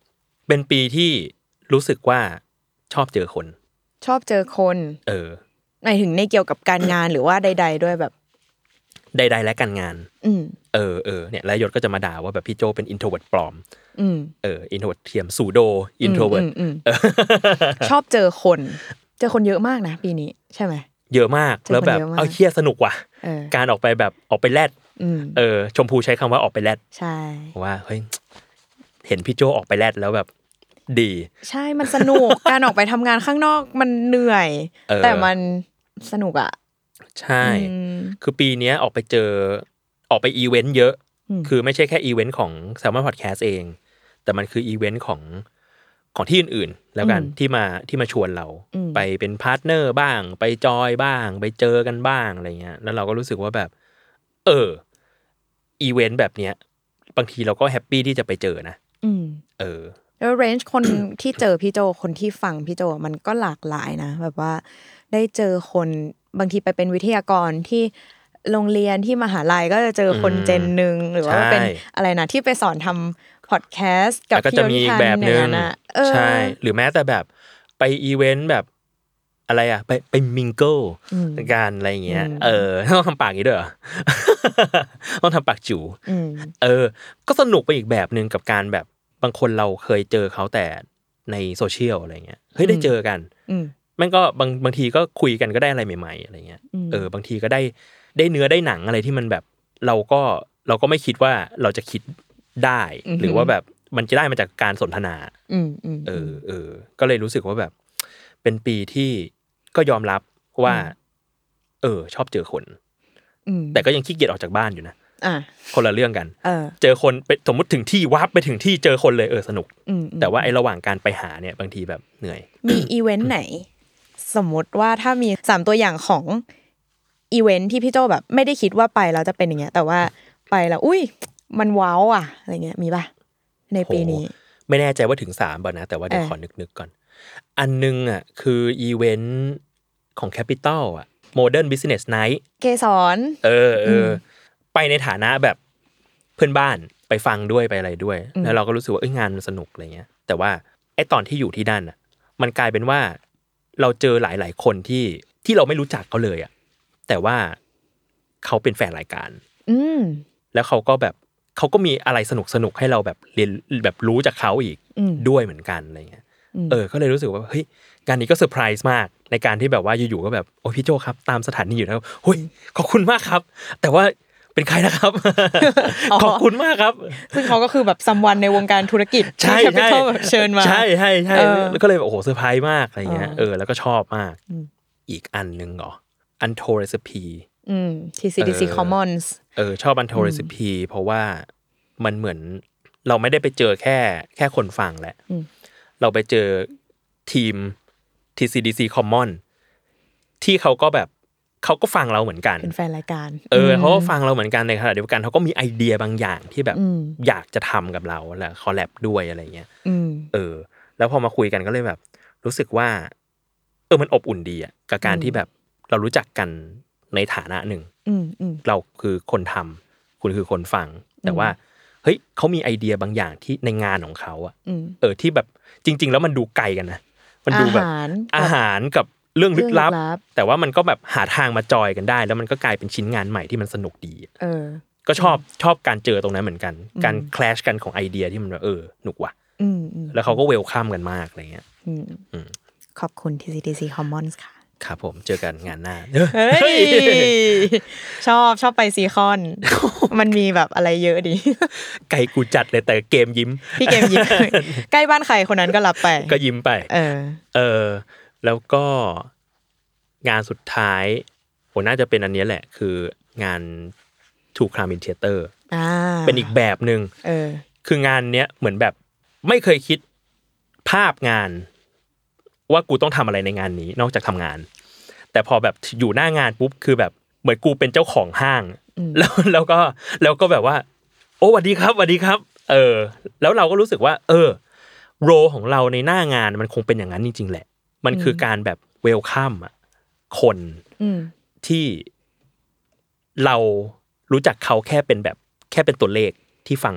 เป็นปีที่รู้สึกว่าชอบเจอคนชอบเจอคนเออหมายถึงในเกี่ยวกับการงานหรือว่าใดๆด้วยแบบใดๆและการงานอืมเออเออเนี่ยแล้วยศก็จะมาด่าว่าแบบพี่โจเป็น introvert ปลอมอืมเออ introvert เทียม pseudo introvert ชอบเจอคนเจอคนเยอะมากนะปีนี้ใช่ไหมเยอะมากแล้วแบบเอาเหี้ยสนุกว่ะการออกไปแบบออกไปแลดเออชมพูใช้คำว่าออกไปแลดใช่ว่าเฮ้ยเห็นพี่โจออกไปแลดแล้วแบบดีใช่มันสนุก การออกไปทำงานข้างนอกมันเหนื่อยแต่มันสนุกอ่ะใช่คือปีนี้ออกไปเจอออกไปอีเวนต์เยอะคือไม่ใช่แค่อีเวนต์ของ Salmon Podcast เองแต่มันคืออีเวนต์ของของที่อื่นๆแล้วกันที่มาที่มาชวนเราไปเป็นพาร์ทเนอร์บ้างไปจอยบ้างไปเจอกันบ้างอะไรเงี้ยแล้วเราก็รู้สึกว่าแบบเอออีเวนต์แบบเนี้ยบางทีเราก็แฮปปี้ที่จะไปเจอนะเออแล้วเรนจ์คนที่เจอพี่โจคนที่ฟังพี่โจมันก็หลากหลายนะแบบว่าได้เจอคนบางทีไปเป็นวิทยากรที่โรงเรียนที่มหาลัยก็จะเจอคนเจนนึงหรือว่าเป็นอะไรนะที่ไปสอนทำพอดแคสต์กับพี่โยธิทันเนี่ยนะใช่หรือแม้แต่แบบไปอีเวนต์แบบอะไรอ่ะไปไปมิงเกิลกันอะไรอย่างเงี้ยเออต้องทำปากอย่างนี้ด้วยเหรอต้องทำปากจู่เออก็สนุกไปอีกแบบนึงกับการแบบบางคนเราเคยเจอเขาแต่ในโซเชียลอะไรเงี้ยเฮ้ยได้เจอกันมันก็บางบางทีก็คุยกันก็ได้อะไรใหม่ๆอะไรเงี้ยเออบางทีก็ได้ได้เนื้อได้หนังอะไรที่มันแบบเราก็เราก็ไม่คิดว่าเราจะคิดได้หรือว่าแบบมันจะได้มาจากการสนทนาเออเออก็เลยรู้สึกว่าแบบเป็นปีที่ก็ยอมรับว่าเออชอบเจอคนแต่ก็ยังขี้เกียจออกจากบ้านอยู่นะคนละเรื่องกันเจอคนไปสมมติถึงที่วับไปถึงที่เจอคนเลยเออสนุกแต่ว่าไอ้ระหว่างการไปหาเนี่ยบางทีแบบเหนื่อยมีอีเวนต์ไหนสมมติว่าถ้ามีสามตัวอย่างของอีเวนต์ที่พี่โจแบบไม่ได้คิดว่าไปแล้วจะเป็นอย่างเงี้ยแต่ว่าไปแล้วอุ้ยมันว้าวอ่ะอะไรเงี้ยมีป่ะในปีนี้ไม่แน่ใจว่าถึงสามป่ะนะแต่ว่าเดี๋ยวขอนึกๆก่อนอันนึงอ่ะคืออีเวนต์ของ Capital อ่ะ Modern Business Night เกสรเออเออไปในฐานะแบบเพื่อนบ้านไปฟังด้วยไปอะไรด้วยแล้วเราก็รู้สึกว่าเอ้ยงานมันสนุกอะไรเงี้ยแต่ว่าไอ้ตอนที่อยู่ที่นั่นอ่ะมันกลายเป็นว่าเราเจอหลายๆคนที่ที่เราไม่รู้จักเขาเลยอ่ะแต่ว่าเขาเป็นแฟนรายการแล้วเขาก็แบบเขาก็มีอะไรสนุกสนุกให้เราแบบเรียนแบบรู้จากเขาอีกด้วยเหมือนกันอะไรเงี้ยเออก็เลยรู้สึกว่าเฮ้ยการนี้ก็เซอร์ไพรส์มากในการที่แบบว่าอยู่ๆก็แบบโอ้พี่โจครับตามสถานีอยู่แล้วเฮ้ยขอบคุณมากครับแต่ว่าเป็นใครนะครับ ขอบคุณมากครับซึ่งเขาก็คือแบบซัมวันในวงการธุรกิจใช่ใช่เชิญมาใช่ใช่ใช่แล้วก็เลยโอ้โหเซอร์ไพรส์มากอะไรเงี้ยเออแล้วก็ชอบมากอีกอันนึงเหรออันโทเรซิปีอืม ที ซี ดี ซี Commons เออชอบอันโทเรซิปีเพราะว่ามันเหมือนเราไม่ได้ไปเจอแค่แค่คนฟังแหละเราไปเจอทีม ที ซี ดี ซี Common ที่เขาก็แบบเขาก็ฟังเราเหมือนกันเป็นแฟนรายการเออเขาก็ฟังเราเหมือนกันในขณะเดียวกันเขาก็มีไอเดียบางอย่างที่แบบอยากจะทำกับเราแล้วคอลแลบด้วยอะไรเงี้ยเออแล้วพอมาคุยกันก็เลยแบบรู้สึกว่าเออมันอบอุ่นดีอ่ะกับการที่แบบเรารู้จักกันในฐานะหนึ่งเราคือคนทำคุณคือคนฟังแต่ว่าเฮ้ยเขามีไอเดียบางอย่างที่ในงานของเขาอ่ะเออที่แบบจริงๆแล้วมันดูไกลกันนะมันดูแบบอาหารกับเรื่องลึกลับแต่ว่ามันก็แบบหาทางมาจอยกันได้แล้วมันก็กลายเป็นชิ้นงานใหม่ที่มันสนุกดีเออก็ชอบชอบการเจอตรงนั้นเหมือนกันการแคลชกันของไอเดียที่มันเออหนุกว่ะแล้วเขาก็เวลคัมกันมากอะไรเงี้ยขอบคุณ ที ซี ดี ซี Commons ค่ะครับผมเจอกันงานหน้าเฮ้ยชอบชอบไปซีคอนมันมีแบบอะไรเยอะดีไกลกูจัดเลยแต่เกมยิ้มพี่เกมยิ้มใกล้บ้านใครคนนั้นก็รับไปก็ยิ้มไปเออเออแล้วก็งานสุดท้ายโหน่าจะเป็นอันนี้แหละคืองาน True Crime in Theater อ่าเป็นอีกแบบนึงเออคืองานเนี้ยเหมือนแบบไม่เคยคิดภาพงานว่ากูต้องทำอะไรในงานนี้นอกจากทำงานแต่พอแบบอยู่หน้างานปุ๊บคือแบบเหมือนกูเป็นเจ้าของห้างแล้วแล้วก็แล้วก็แบบว่าโอ้สวัสดีครับสวัสดีครับเออแล้วเราก็รู้สึกว่าเออโรของเราในหน้างานมันคงเป็นอย่างนั้นจริงๆแหละมันคือการแบบเวลคัมอ่ะคนที่เรารู้จักเขาแค่เป็นแบบแค่เป็นตัวเลขที่ฟังเรา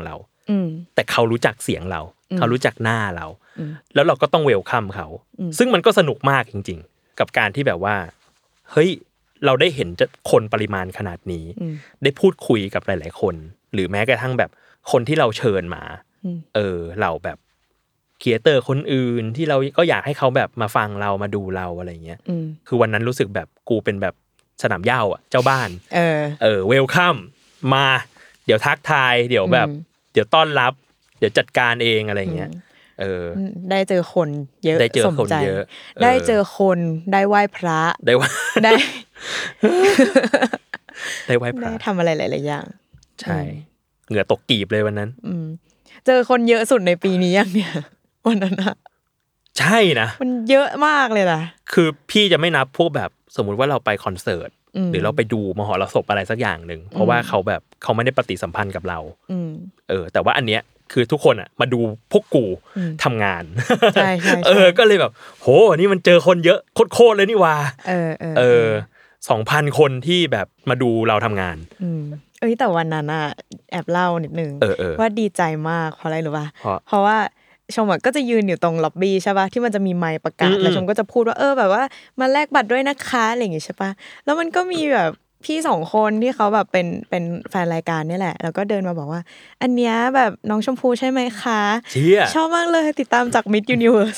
แต่เขารู้จักเสียงเราเขารู้จักหน้าเราแล้วเราก็ต้องเวลคัมเขาซึ่งมันก็สนุกมากจริงๆกับการที่แบบว่าเฮ้ยเราได้เห็นคนปริมาณขนาดนี้ได้พูดคุยกับหลายๆคนหรือแม้กระทั่งแบบคนที่เราเชิญมาเออเราแบบครีเอเตอร์คนอื่นที่เราก็อยากให้เขาแบบมาฟังเรามาดูเราอะไรเงี้ยคือวันนั้นรู้สึกแบบกูเป็นแบบสนามหญ้าอ่ะเจ้าบ้านเออเออเวลคัมมาเดี๋ยวทักทายเดี๋ยวแบบเดี๋ยวต้อนรับเดี๋ยวจัดการเองอะไรเงี้ยเออได้เจอคนเยอะได้เจอคนเยอะได้เจอคนได้ไหว้พระได้ว่าได้ได้ไหว้พระได้ทำอะไรหลายๆอย่างใช่เหงื่อตกกีบเลยวันนั้นเจอคนเยอะสุดในปีนี้อย่างเนี้ยวันนั้นอะใช่นะมันเยอะมากเลยล่ะคือพี่จะไม่นับพวกแบบสมมุติว่าเราไปคอนเสิร์ตหรือเราไปดูมหรสพอะไรสักอย่างนึงเพราะว่าเขาแบบเขาไม่ได้ปฏิสัมพันธ์กับเราเออแต่ว่าอันเนี้ยคือทุกคนอ่ะมาดูพวกกูทำงานใช่ใช่เออก็เลยแบบโหนี่มันเจอคนเยอะโคตรเลยนี่ว่าเออเออเออสองพันคนที่แบบมาดูเราทำงานเอ้ยแต่วันนั้นอ่ะแอบเล่านิดนึงว่าดีใจมากเพราะอะไรหรือว่าเพราะว่าชมก็จะยืนอยู่ตรงล็อบบี้ใช่ป่ะที่มันจะมีไมค์ประกาศแล้วชมก็จะพูดว่าเออแบบว่ามาแลกบัตรด้วยนะคะอะไรอย่างงี้ใช่ป่ะแล้วมันก็มีแบบพี่สองคนที่เขาแบบเป็นเป็นแฟนรายการนี่แหละแล้วก็เดินมาบอกว่าอันเนี้ยแบบน้องชมพูใช่ไหมคะชอบมากเลยติดตามจาก Miss Universe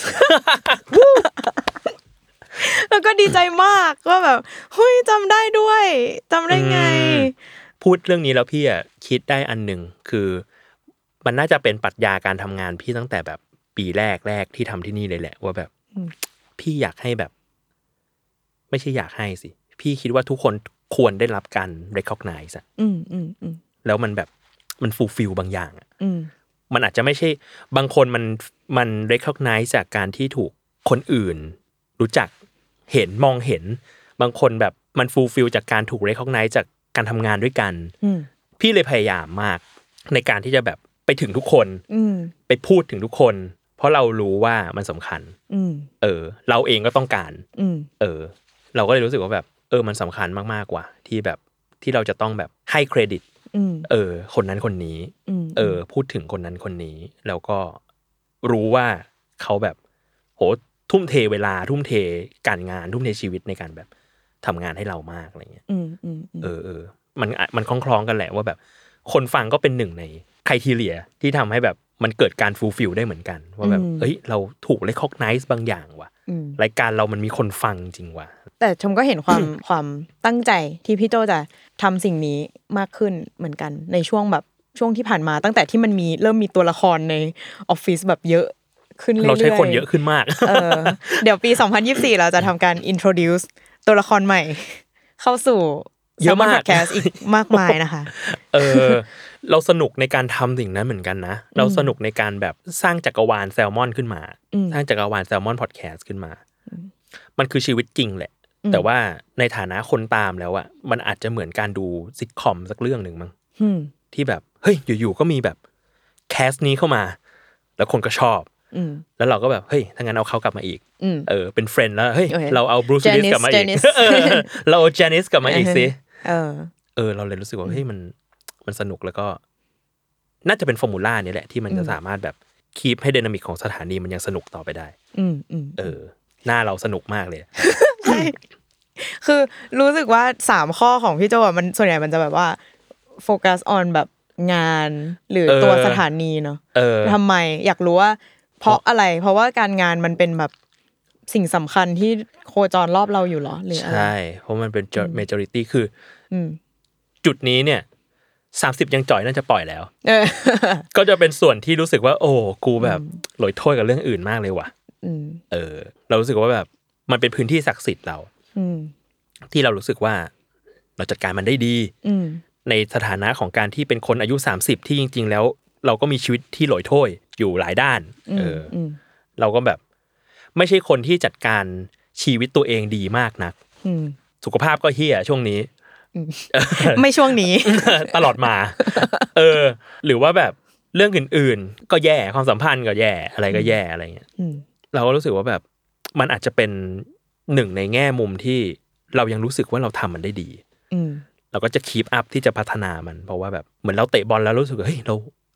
แล้วก็ดีใจมากว่าแบบเฮ้ยจำได้ด้วยจำได้ไงพูดเรื่องนี้แล้วพี่อ่ะคิดได้อันหนึ่งคือมันน่าจะเป็นปรัชญาการทำงานพี่ตั้งแต่แบบปีแรกแรกที่ทำที่นี่เลยแหละว่าแบบพี่อยากให้แบบไม่ใช่อยากให้สิพี่คิดว่าทุกคนควรได้รับการ recognize อ่ะแล้วมันแบบมัน fulfill บางอย่างอ่ะมันอาจจะไม่ใช่บางคนมันมัน recognize จากการที่ถูกคนอื่นรู้จักเห็นมองเห็นบางคนแบบมัน fulfill จากการถูก recognize จากการทำงานด้วยกันพี่เลยพยายามมากในการที่จะแบบไปถึงทุกคนไปพูดถึงทุกคนเพราะเรารู้ว่ามันสำคัญเออเราเองก็ต้องการเออเราก็เลยรู้สึกว่าแบบเออมันสำคัญมากๆกว่าที่แบบที่เราจะต้องแบบให้เครดิตเออคนนั้นคนนี้เออพูดถึงคนนั้นคนนี้แล้วก็รู้ว่าเขาแบบโหทุ่มเทเวลาทุ่มเทการงานทุ่มเทชีวิตในการแบบทำงานให้เรามากอะไรเงี้ยเออเออมันมันคล้องๆกันแหละว่าแบบคนฟังก็เป็นหนึ่งในไครทีเรียที่ทำให้แบบมันเกิดการฟูลฟิลได้เหมือนกันว่าแบบเฮ้ยเราถูกเรคคอกไนซ์บางอย่างว่ะรายการเรามันมีคนฟังจริงว่ะแต่ชมก็เห็นความ ความตั้งใจที่พี่โจจะทำสิ่งนี้มากขึ้นเหมือนกันในช่วงแบบช่วงที่ผ่านมาตั้งแต่ที่มันมีเริ่มมีตัวละครในออฟฟิศแบบเยอะขึ้นเรื่อยๆเราใช้คนเยอะขึ้นมากเออเดี๋ยวปีสองพันยี่สิบสี่เราจะทำการ introduce ตัวละครใหม่เข้าสู่เยอะมาก podcast อีกมากมายนะคะเออเราสนุกในการทำสิ่งนั้นเหมือนกันนะเราสนุกในการแบบสร้างจักรวาลแซลมอนขึ้นมาสร้างจักรวาลแซลมอนพอดแคสต์ขึ้นมามันคือชีวิตจริงแหละแต่ว่าในฐานะคนตามแล้วอะมันอาจจะเหมือนการดูซิทคอมสักเรื่องนึงมั้งที่แบบเฮ้ยอยู่ๆก็มีแบบแคสนี้เข้ามาแล้วคนก็ชอบแล้วเราก็แบบเฮ้ยถ้างั้นเอาเขากลับมาอีกเออเป็นเฟรนด์แล้วเฮ้ยเราเอาบรูซวิลลิสกลับมาอีกเราเอาแจนิสกลับมาอีกสิเออเออเราเลยรู้สึกว่าเฮ้ยมันมันสนุกแล้วก็น่าจะเป็นฟอร์มูล่านี่แหละที่มันจะสามารถแบบคีปให้ไดนามิกของสถานีมันยังสนุกต่อไปได้เออหน้าเราสนุกมากเลยใช่คือรู้สึกว่าสามข้อของพี่โจอ่ะมันส่วนใหญ่มันจะแบบว่าโฟกัสออนแบบงานหรือตัวสถานีเนาะทำไมอยากรู้ว่าเพราะอะไรเพราะว่าการงานมันเป็นแบบสิ่งสำคัญที่โคจรรอบเราอยู่หรอหรืออะไรใช่เพราะมันเป็น majority คือจุดนี้เนี่ยสามสิบยังจ่อยน่าจะปล่อยแล้วก็จะเป็นส่วนที่รู้สึกว่าโอ้กูแบบหลอยถ้วยกับเรื่องอื่นมากเลยว่ะเออเรารู้สึกว่าแบบมันเป็นพื้นที่ศักดิ์สิทธิ์เราที่เรารู้สึกว่าเราจัดการมันได้ดีในสถานะของการที่เป็นคนอายุสามสิบที่จริงๆแล้วเราก็มีชีวิตที่หลอยถ้วยอยู่หลายด้านเออเราก็แบบไม่ใช่คนที่จัดการชีวิตตัวเองดีมากนักสุขภาพก็เหี้ยช่วงนี้ไม่ช่วงนี้ตลอดมาเออหรือว่าแบบเรื่องอื่นๆก็แย่ความสัมพันธ์ก็แย่อะไรก็แย่อะไรเงี้ยเราก็รู้สึกว่าแบบมันอาจจะเป็นหนึ่งในแง่มุมที่เรายังรู้สึกว่าเราทำมันได้ดีเราก็จะคีปอัพที่จะพัฒนามันเพราะว่าแบบเหมือนเราเตะบอลแล้วรู้สึกเฮ้ยเราเ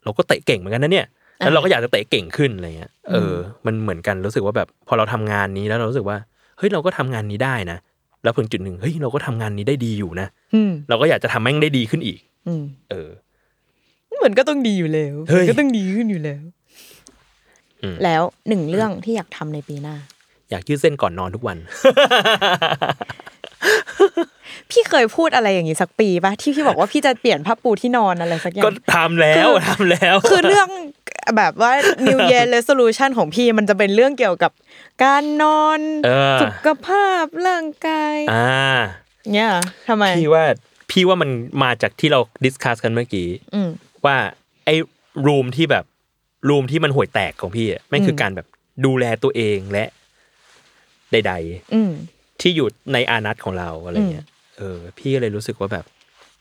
เราก็เตะเก่งเหมือนกันนะเนี่ยแล้วเราก็อยากจะเตะเก่งขึ้นอะไรเงี้ยเออมันเหมือนกันรู้สึกว่าแบบพอเราทำงานนี้แล้วเรารู้สึกว่าเฮ้ยเราก็ทำงานนี้ได้นะแล้วถึงจุดหนึ่งเฮ้ยเราก็ทำงานนี้ได้ดีอยู่นะเราก็อยากจะทำแม่งได้ดีขึ้นอีกเออเหมือนก็ต้องดีอยู่แล้วก็ต้องดีขึ้นอยู่แล้วแล้วหนึ่งเรื่องที่อยากทำในปีหน้าอยากยืดเส้นก่อนนอนทุกวันพี่เคยพูดอะไรอย่างนี้สักปีป่ะที่พี่บอกว่าพี่จะเปลี่ยนผ้าปูที่นอนอะไรสักอย่างก็ทำแล้วทำแล้วคือเรื่องแบบว่า New Year Resolution ของพี่มันจะเป็นเรื่องเกี่ยวกับการนอนสุขภาพร่างกายอ่าเนี่ยทำไมพี่ว่าพี่ว่ามันมาจากที่เราดิสคัสกันเมื่อกี้ว่าไอ้รูมที่แบบรูมที่มันห่วยแตกของพี่อ่ะไม่คือการแบบดูแลตัวเองและใดๆที่อยู่ในอานัตของเราอะไรเงี้ยเออพี่ก็เลยรู้สึกว่าแบบ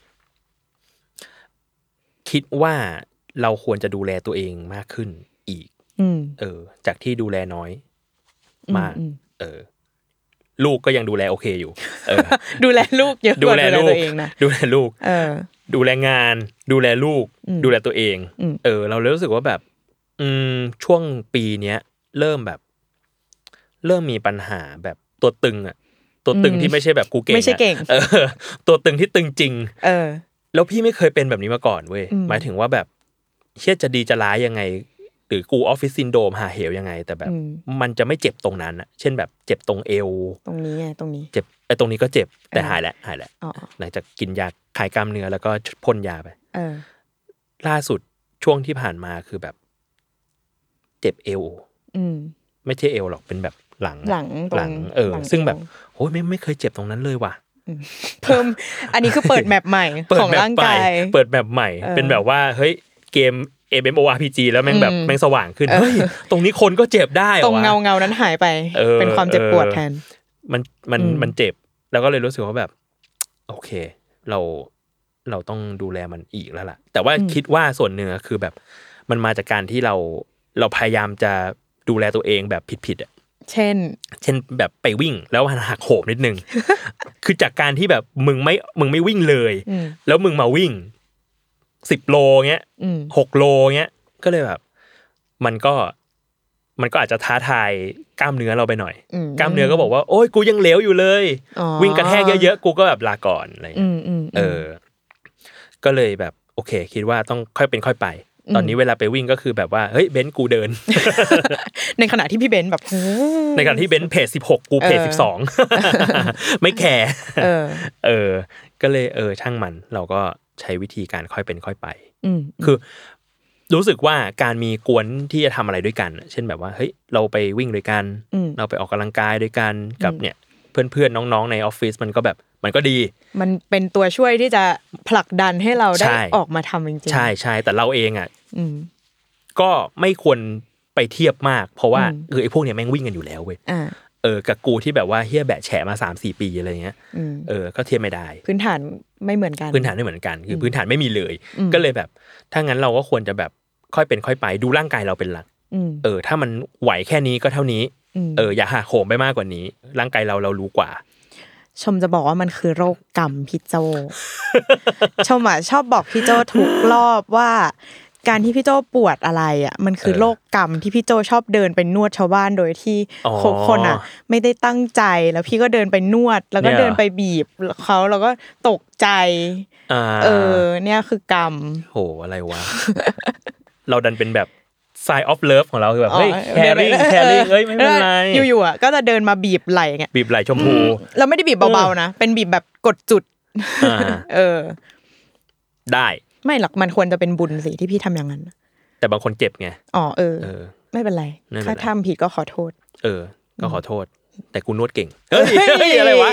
คิดว่าเราควรจะดูแลตัวเองมากขึ้นอีกเออจากที่ดูแลน้อยมากเออลูกก็ยังดูแลโอเคอยู่เออดูแลลูกเยอะกว่าดูแลตัวเองนะดูแลลูกเออดูแลงานดูแลลูกดูแลตัวเองเออเราเลยรู้สึกว่าแบบอืมช่วงปีเนี้ยเริ่มแบบเริ่มมีปัญหาแบบตัวตึงอ่ะตัวตึงที่ไม่ใช่แบบกูเก่งไม่ใช่เก่งเออตัวตึงที่ตึงจริงเออแล้วพี่ไม่เคยเป็นแบบนี้มาก่อนเว้ยหมายถึงว่าแบบเชี่ยจะดีจะร้ายยังไงหรือกูออฟฟิศซินโดรมหาเหวยังไงแต่แบบมันจะไม่เจ็บตรงนั้นอ่ะเช่นแบบเจ็บตรงเอวตรงนี้ไงตรงนี้เจ็บไอ้ตรงนี้ก็เจ็บแต่หายแล้วหายแล้วหลังจากกินยาคลายกล้ามเนื้อแล้วก็พ่นยาไปเออล่าสุดช่วงที่ผ่านมาคือแบบเจ็บเอวอืมไม่ใช่เอวหรอกเป็นแบบหลังหลังหลังเออซึ่งแบบโอ้ยไม่ไม่เคยเจ็บตรงนั้นเลยว่ะเพิ่มอันนี้คือเปิดแมปใหม่ของร่างกายเปิดแมปใหม่เป็นแบบว่าเฮ้ยเกม เอ็ม เอ็ม โอ อาร์ พี จี แล้วแม่งแบบแม่งสว่างขึ้นเฮ้ยตรงนี้คนก็เจ็บได้เหรอวะตรงเงาเงานั้นหายไปเป็นความเจ็บปวดแทนมันมันมันเจ็บแล้วก็เลยรู้สึกว่าแบบโอเคเราเราต้องดูแลมันอีกแล้วล่ะแต่ว่าคิดว่าส่วนหนึ่งคือแบบมันมาจากการที่เราเราพยายามจะดูแลตัวเองแบบผิดๆอ่ะเช่นเช่นแบบไปวิ่งแล้วหักโหมนิดนึง คือจากการที่แบบมึงไม่มึงไม่วิ่งเลยแล้วมึงมาวิ่งสิบโลเงี้ยหกโลเงี้ยก็เลยแบบมันก็มันก็อาจจะท้าทายกล้ามเนื้อเราไปหน่อยกล้ามเนื้อก็บอกว่าโอ๊ยกูยังเหลวอยู่เลยวิ่งกระแทกเยอะๆกูก็แบบลาก่อนอะไรเออก็เลยแบบโอเคคิดว่าต้องค่อยเป็นค่อยไปตอนนี้เวลาไปวิ่งก็คือแบบว่าเฮ้ยเบนซ์กูเดินในขณะที่พี่เบนซ์แบบในขณะที่เบนซ์เพจสิบหกกูเพจสิบสองไม่แคร์เออเออก็เลยเออช่างมันเราก็ใช้วิธีการค่อยเป็นค่อยไปคือรู้สึกว่าการมีกวนที่จะทำอะไรด้วยกันเช่นแบบว่าเฮ้ยเราไปวิ่งด้วยกันเราไปออกกำลังกายด้วยกันกับเนี่ยเพื่อนๆน้องๆในออฟฟิศมันก็แบบมันก็ดีมันเป็นตัวช่วยที่จะผลักดันให้เราได้ออกมาทำจริงๆใช่ใช่แต่เราเองอ่ะก็ไม่ควรไปเทียบมากเพราะว่าเออไอ้พวกเนี้ยแม่งวิ่งกันอยู่แล้วเว้ยเออกับกูที่แบบว่าเฮียแบะแฉะมา สามสี่ ปีอะไรเงี้ยเออก็เทียบไม่ได้พื้นฐานไม่เหมือนกันพื้นฐานไม่เหมือนกันคือพื้นฐานไม่มีเลยก็เลยแบบถ้างั้นเราก็ควรจะแบบค่อยเป็นค่อยไปดูร่างกายเราเป็นหลักเออถ้ามันไหวแค่นี้ก็เท่านี้เอออย่าหักโหมไปมากกว่านี้ร่างกายเราเรารู้กว่าชมจะบอกว่ามันคือโรคกรรมพี่โจ ชมอ่ะชอบบอกพี่โจทุกรอบว่าการที่พี่โจปวดอะไรอ่ะมันคือโรคกรรมที่พี่โจชอบเดินไปนวดชาวบ้านโดยที่คนอ่ะไม่ได้ตั้งใจแล้วพี่ก็เดินไปนวดแล้วก็เดินไปบีบเขาแล้วก็ตกใจเออเนี่ยคือกรรมโหอะไรวะ เราดันเป็นแบบsign of love ของเราคือแบบเฮ้ย caring caring เอ้ยไม่เป็นไรอยู่ๆอ่ะก็จะเดินมาบีบไหล่เงี้ยบีบไหล่ชมพูเราไม่ได้บีบเบาๆนะเป็นบีบแบบกดจุดเออได้ไม่หรอกมันควรจะเป็นบุญสิที่พี่ทำอย่างนั้นแต่บางคนเจ็บไงอ๋อเออไม่เป็นไรถ้าทำผิดก็ขอโทษเออก็ขอโทษแต่กูนวดเก่งเฮ้ยอะไรวะ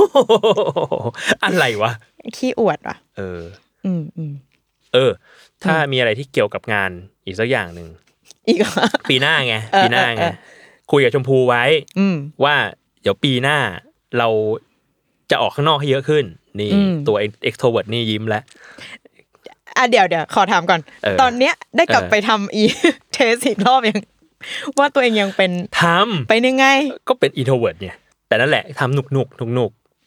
อะไรวะขี้อวดว่ะเอออืมอืมเออถ้ามีอะไรที่เกี่ยวกับงานอีกสักอย่างหนึ่งอีกปีหน้าไงปีหน้าไงคุยกับชมพูไว้ว่าเดี๋ยวปีหน้าเราจะออกข้างนอกให้เยอะขึ้นนี่ตัว extrovert นี่ยิ้มแล้วอ่ะเดี๋ยวเดี๋ยวขอถามก่อนตอนเนี้ยได้กลับไปทำอีเทสอีกรอบยังว่าตัวเองยังเป็นทำไปยังไงก็เป็น introvert เนี่ยแต่นั่นแหละทำหนุกหนุกหนุกหนุก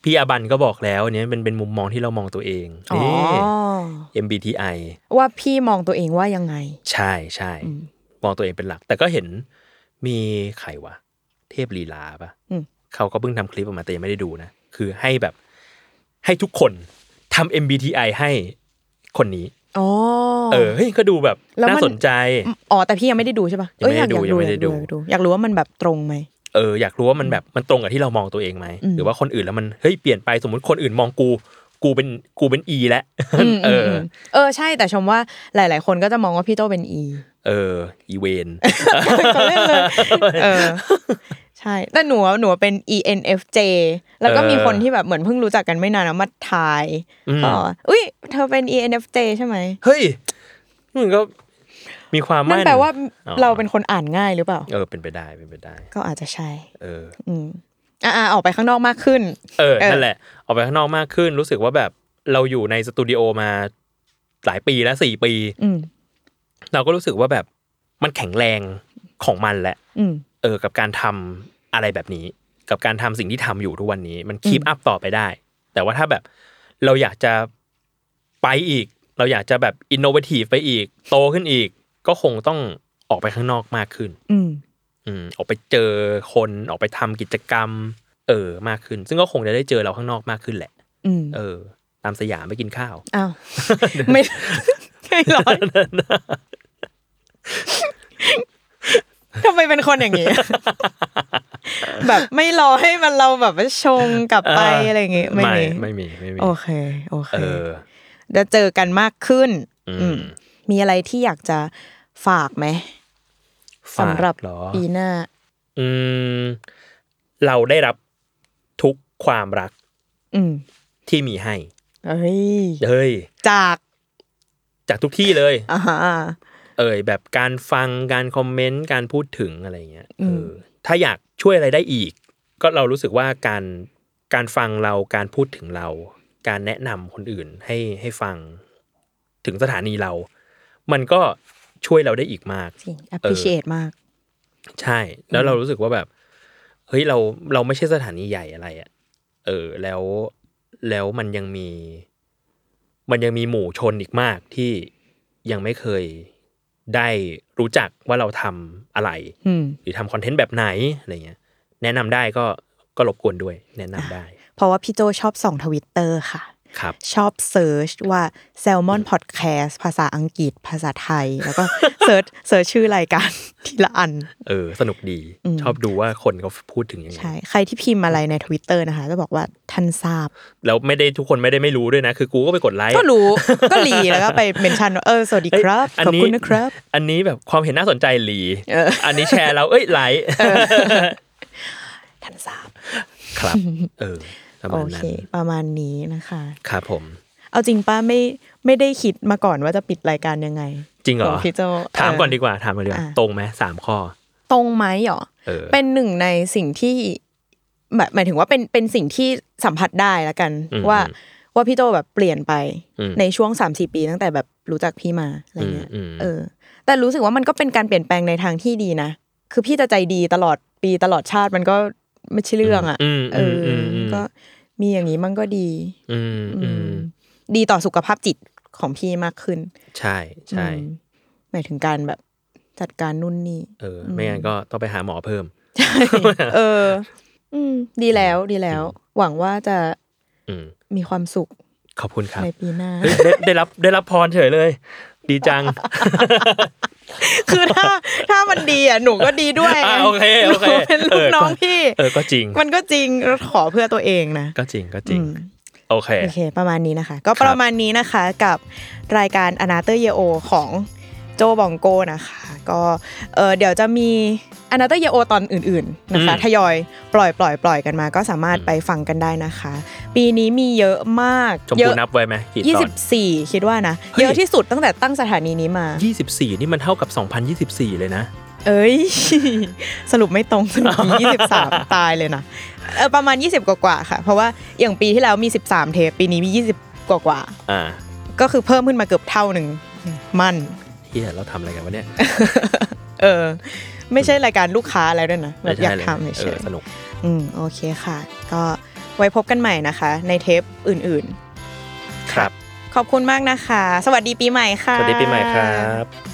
พี่อาบันก็บอกแล้วอันนี้เป็นเป็นมุมมองที่เรามองตัวเองนี่ เอ็ม บี ที ไอว่าพี่มองตัวเองว่ายังไงใช่ใช่มองตัวเองเป็นหลักแต่ก็เห็นมีใครวะเทพลีลาป่ะเขาก็เพิ่งทำคลิปออกมาแต่ยังไม่ได้ดูนะคือให้แบบให้ทุกคนทำ เอ็ม บี ที ไอ ให้คนนี้อ๋อเออเฮ้ยก็ดูแบบน่าสนใจอ๋อแต่พี่ยังไม่ได้ดูใช่ป่ะเอ้ยอยากดูอยากดูอยากรู้ว่ามันแบบตรงไหมเอออยากรู้ว่ามันแบบมันตรงกับที่เรามองตัวเองไหมหรือว่าคนอื่นแล้วมันเฮ้ยเปลี่ยนไปสมมุติคนอื่นมองกูกูเป็นกูเป็น E แล้วเออเออใช่แต่ชมว่าหลายๆคนก็จะมองว่าพี่โตเป็น E เออ E เวนเขาเล่นเลยเออใช่แต่หนูหนูเป็น อี เอ็น เอฟ เจ แล้วก็มีคนที่แบบเหมือนเพิ่งรู้จักกันไม่นานนะมาทายอ๋ออุ้ยเธอเป็น อี เอ็น เอฟ เจ ใช่ไหมเฮ้ยมันก็มีความนั่นแปลว่าเราเป็นคนอ่านง่ายหรือเปล่าเออเป็นไปได้เป็นไปได้ก็อาจจะใช่เอออืมอ่าออกไปข้างนอกมากขึ้นเออนั่นแหละออกไปข้างนอกมากขึ้นรู้สึกว่าแบบเราอยู่ในสตูดิโอมาหลายปีแล้วสี่ปีเราก็รู้สึกว่าแบบมันแข็งแรงของมันแหละเออกับการทำอะไรแบบนี้กับการทำสิ่งที่ทำอยู่ทุกวันนี้มันคีปอัพต่อไปได้แต่ว่าถ้าแบบเราอยากจะไปอีกเราอยากจะแบบอินโนเวทีฟไปอีกโตขึ้นอีกก็คงต้องออกไปข้างนอกมากขึ้นอืมอืมออกไปเจอคนออกไปทำกิจกรรมเออมากขึ้นซึ่งก็คงจะได้เจอเราข้างนอกมากขึ้นแหละเออตามสยามไปกินข้าวอ้าวไม่ไม่ร้อนทำไมเป็นคนอย่างนี้แบบไม่รอให้มันเราแบบว่าชงกลับไปอะไรอย่างงี้ไม่มีไม่มีไม่มีโอเคโอเคจะเจอกันมากขึ้นมีอะไรที่อยากจะฝากไหมสำหรับปีหน้าอืมเราได้รับทุกความรักที่มีให้เฮ้ยเฮ้ยจากจากทุกที่เลยอ่าเอ่ยแบบการฟังการคอมเมนต์การพูดถึงอะไรเงี้ยเออถ้าอยากช่วยอะไรได้อีกก็เรารู้สึกว่าการการฟังเราการพูดถึงเราการแนะนำคนอื่นให้ให้ฟังถึงสถานีเรามันก็ช่วยเราได้อีกมากจริง appreciate มากใช่แล้วเรารู้สึกว่าแบบเฮ้ยเราเราไม่ใช่สถานีใหญ่อะไรอ่ะเออแล้วแล้วมันยังมีมันยังมีหมู่ชนอีกมากที่ยังไม่เคยได้รู้จักว่าเราทำอะไรหรือทำคอนเทนต์แบบไหนอะไรเงี้ยแนะนำได้ก็ก็รบกวนด้วยแนะนำได้เพราะว่าพี่โจชอบส่อง Twitter ค่ะชอบเซิร์ชว่า Salmon Podcast ภาษาอังกฤษภาษาไทยแล้วก็เซิร์ชเซิร์ชชื่อรายการทีละอันเออสนุกดีชอบดูว่าคนเขาพูดถึงยังไงใช่ใครที่พิมพ์อะไรใน Twitter นะคะจะบอกว่าท่านทราบแล้วไม่ได้ทุกคนไม่ได้ไม่รู้ด้วยนะคือกูก็ไปกดไลค์ก็รู้ก็รีแล้วก็ไปเมนชั่นว่าเออสวัสดีครับขอบคุณนะครับอันนี้แบบความเห็นน่าสนใจรีอันนี้แชร์แล้วเอ้ยไลค์ท่านทราบครับเออโอเคประมาณนี้นะคะครับผมเอาจริงป้าไม่ไม่ได้คิดมาก่อนว่าจะปิดรายการยังไงจริงเหรอพี่โจถามก่อนดีกว่าถามก่อนดีกว่าตรงไหมสามข้อตรงไหมหรอเป็นหนึ่งในสิ่งที่แบบหมายถึงว่าเป็นเป็นสิ่งที่สัมผัสได้แล้วกันว่าว่าพี่โจแบบเปลี่ยนไปในช่วง สามถึงสี่ ปีตั้งแต่แบบรู้จักพี่มาอะไรเงี้ยเออแต่รู้สึกว่ามันก็เป็นการเปลี่ยนแปลงในทางที่ดีนะคือพี่จะใจดีตลอดปีตลอดชาติมันก็ไม่ใช่เรื่องอ่ะเออก็มีอย่างนี้มันก็ดีดีต่อสุขภาพจิตของพี่มากขึ้นใช่ใช่หมายถึงการแบบจัดการนู่นนี่เออไม่งั้นก็ต้องไปหาหมอเพิ่มใช่เอออืมดีแล้วดีแล้วหวังว่าจะมีความสุขขอบคุณครับในปีหน้าได้ได้รับได้รับพรเฉยเลยดีจังคือถ้าถ้ามันดีอ่ะหนูก็ดีด้วยอ่าโอเคโอเคเป็นลูกน้องพี่เออก็จริงมันก็จริงเราขอเพื่อตัวเองนะก็จริงก็จริงโอเคโอเคประมาณนี้นะคะก็ประมาณนี้นะคะกับรายการ Another Year O ของโจบองโก้นะคะก็เออเดี๋ยวจะมี Another Year O ตอนอื่นๆนะคะทยอยปล่อยปล่อยปล่อยกันมาก็สามารถไปฟังกันได้นะคะปีนี้มีเยอะมากเยอะนับไว้ไหมกี่ตอนยี่สิบสี่คิดว่านะเยอะที่สุดตั้งแต่ตั้งสถานีนี้มายี่สิบสี่นี่มันเท่ากับสองพันยี่สิบสี่เลยนะเอ้ยสรุปไม่ตรงสรุปมียี่สิบสามตายเลยนะเออประมาณยี่สิบกว่าๆค่ะเพราะว่าอย่างปีที่แล้วมีสิบสามเทปปีนี้มียี่สิบกว่าๆอ่าก็คือเพิ่มขึ้นมาเกือบเท่านึงมั่นเหี้ยเราทำอะไรกันวะเนี่ยเออไม่ใช่รายการลูกค้าอะไรด้วยนะแบบอยากทำเฉยๆสนุกอืมโอเคค่ะก็ไว้พบกันใหม่นะคะในเทปอื่นๆครับขอบคุณมากนะคะสวัสดีปีใหม่ค่ะสวัสดีปีใหม่ครับ